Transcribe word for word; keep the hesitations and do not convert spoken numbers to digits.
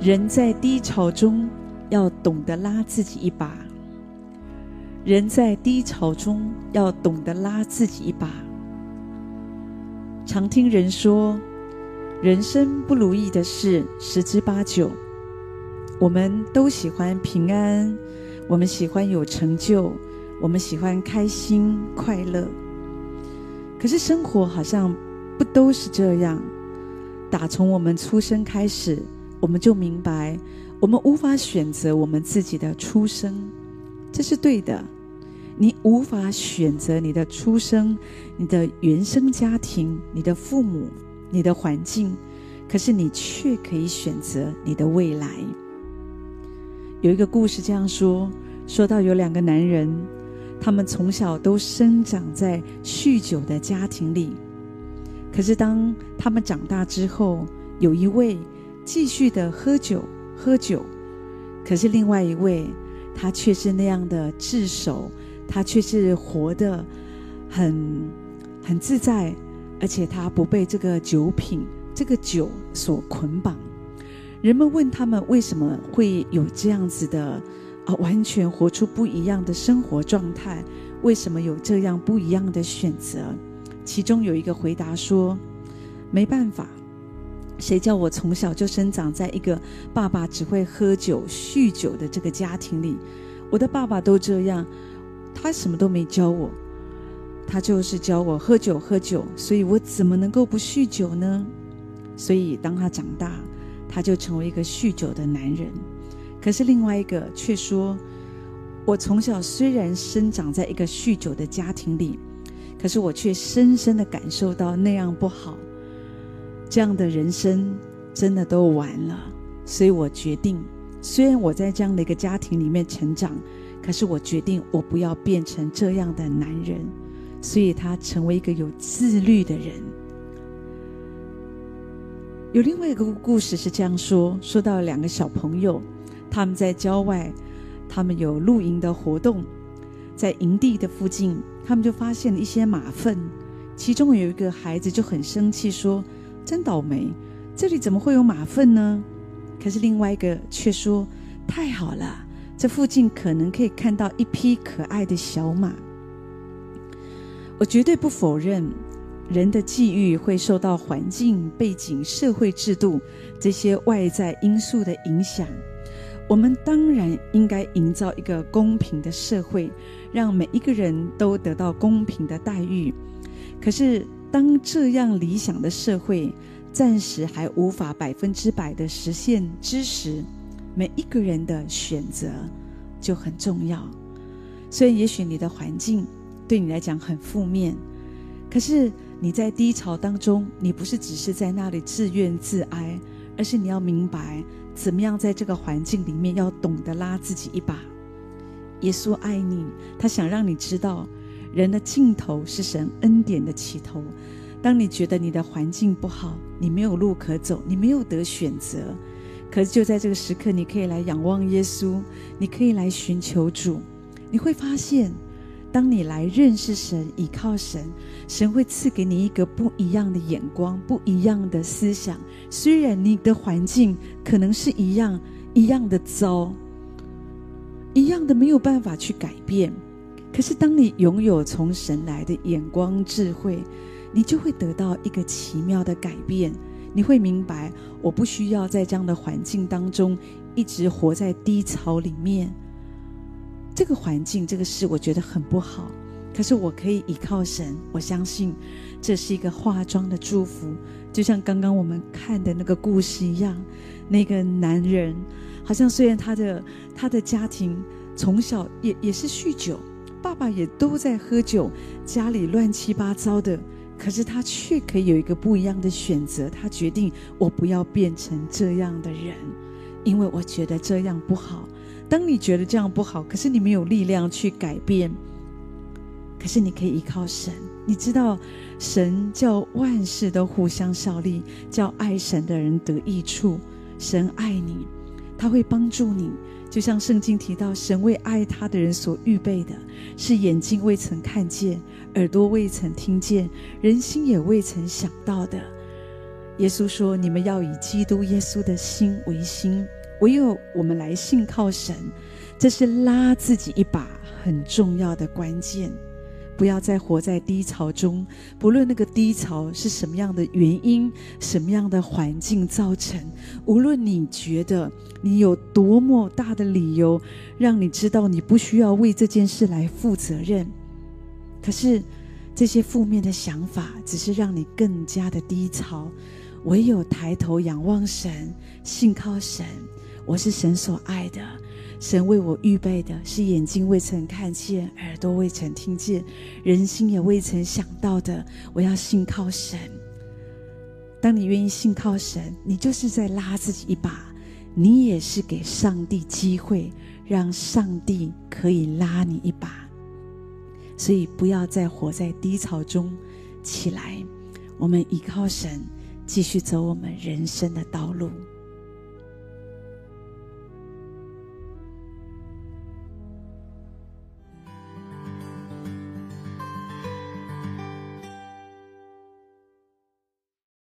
人在低潮中要懂得拉自己一把，人在低潮中要懂得拉自己一把。常听人说，人生不如意的事十之八九。我们都喜欢平安，我们喜欢有成就，我们喜欢开心快乐。可是生活好像不都是这样。打从我们出生开始，我们就明白，我们无法选择我们自己的出生，这是对的。你无法选择你的出生，你的原生家庭，你的父母，你的环境，可是你却可以选择你的未来。有一个故事这样说，说到有两个男人，他们从小都生长在酗酒的家庭里，可是当他们长大之后，有一位继续的喝酒喝酒，可是另外一位他却是那样的自守，他却是活得很很自在，而且他不被这个酒品这个酒所捆绑。人们问他们为什么会有这样子的、啊、完全活出不一样的生活状态，为什么有这样不一样的选择？其中有一个回答说，没办法，谁叫我从小就生长在一个爸爸只会喝酒酗酒的这个家庭里，我的爸爸都这样，他什么都没教我，他就是教我喝酒喝酒，所以我怎么能够不酗酒呢？所以当他长大，他就成为一个酗酒的男人。可是另外一个却说，我从小虽然生长在一个酗酒的家庭里，可是我却深深地感受到那样不好，这样的人生真的都完了。所以我决定，虽然我在这样的一个家庭里面成长，可是我决定我不要变成这样的男人。所以他成为一个有自律的人。有另外一个故事是这样说，说到两个小朋友，他们在郊外，他们有露营的活动，在营地的附近，他们就发现了一些马粪，其中有一个孩子就很生气说，真倒霉，这里怎么会有马粪呢？可是另外一个却说，太好了，这附近可能可以看到一匹可爱的小马。我绝对不否认人的际遇会受到环境、背景、社会制度这些外在因素的影响。我们当然应该营造一个公平的社会，让每一个人都得到公平的待遇。可是当这样理想的社会暂时还无法百分之百的实现之时，每一个人的选择就很重要。所以也许你的环境对你来讲很负面，可是你在低潮当中，你不是只是在那里自怨自哀，而是你要明白怎么样在这个环境里面要懂得拉自己一把。耶稣爱你，他想让你知道，人的尽头是神恩典的起头。当你觉得你的环境不好，你没有路可走，你没有得选择，可是就在这个时刻，你可以来仰望耶稣，你可以来寻求主。你会发现，当你来认识神，倚靠神，神会赐给你一个不一样的眼光，不一样的思想。虽然你的环境可能是一样一样的糟，一样的没有办法去改变，可是当你拥有从神来的眼光智慧，你就会得到一个奇妙的改变。你会明白，我不需要在这样的环境当中一直活在低潮里面。这个环境这个事我觉得很不好，可是我可以依靠神，我相信这是一个化妆的祝福。就像刚刚我们看的那个故事一样，那个男人好像虽然他的他的家庭从小也也是酗酒，爸爸也都在喝酒，家里乱七八糟的，可是他却可以有一个不一样的选择。他决定，我不要变成这样的人，因为我觉得这样不好。当你觉得这样不好，可是你没有力量去改变，可是你可以依靠神。你知道神叫万事都互相效力，叫爱神的人得益处。神爱你，他会帮助你，就像圣经提到，神为爱他的人所预备的，是眼睛未曾看见，耳朵未曾听见，人心也未曾想到的。耶稣说，你们要以基督耶稣的心为心， 唯有我们来信靠神，这是拉自己一把很重要的关键。不要再活在低潮中，不论那个低潮是什么样的原因，什么样的环境造成，无论你觉得你有多么大的理由让你知道你不需要为这件事来负责任，可是这些负面的想法只是让你更加的低潮。唯有抬头仰望神，信靠神，我是神所爱的，神为我预备的是眼睛未曾看见，耳朵未曾听见，人心也未曾想到的。我要信靠神。当你愿意信靠神，你就是在拉自己一把，你也是给上帝机会，让上帝可以拉你一把。所以不要再活在低潮中，起来，我们依靠神，继续走我们人生的道路。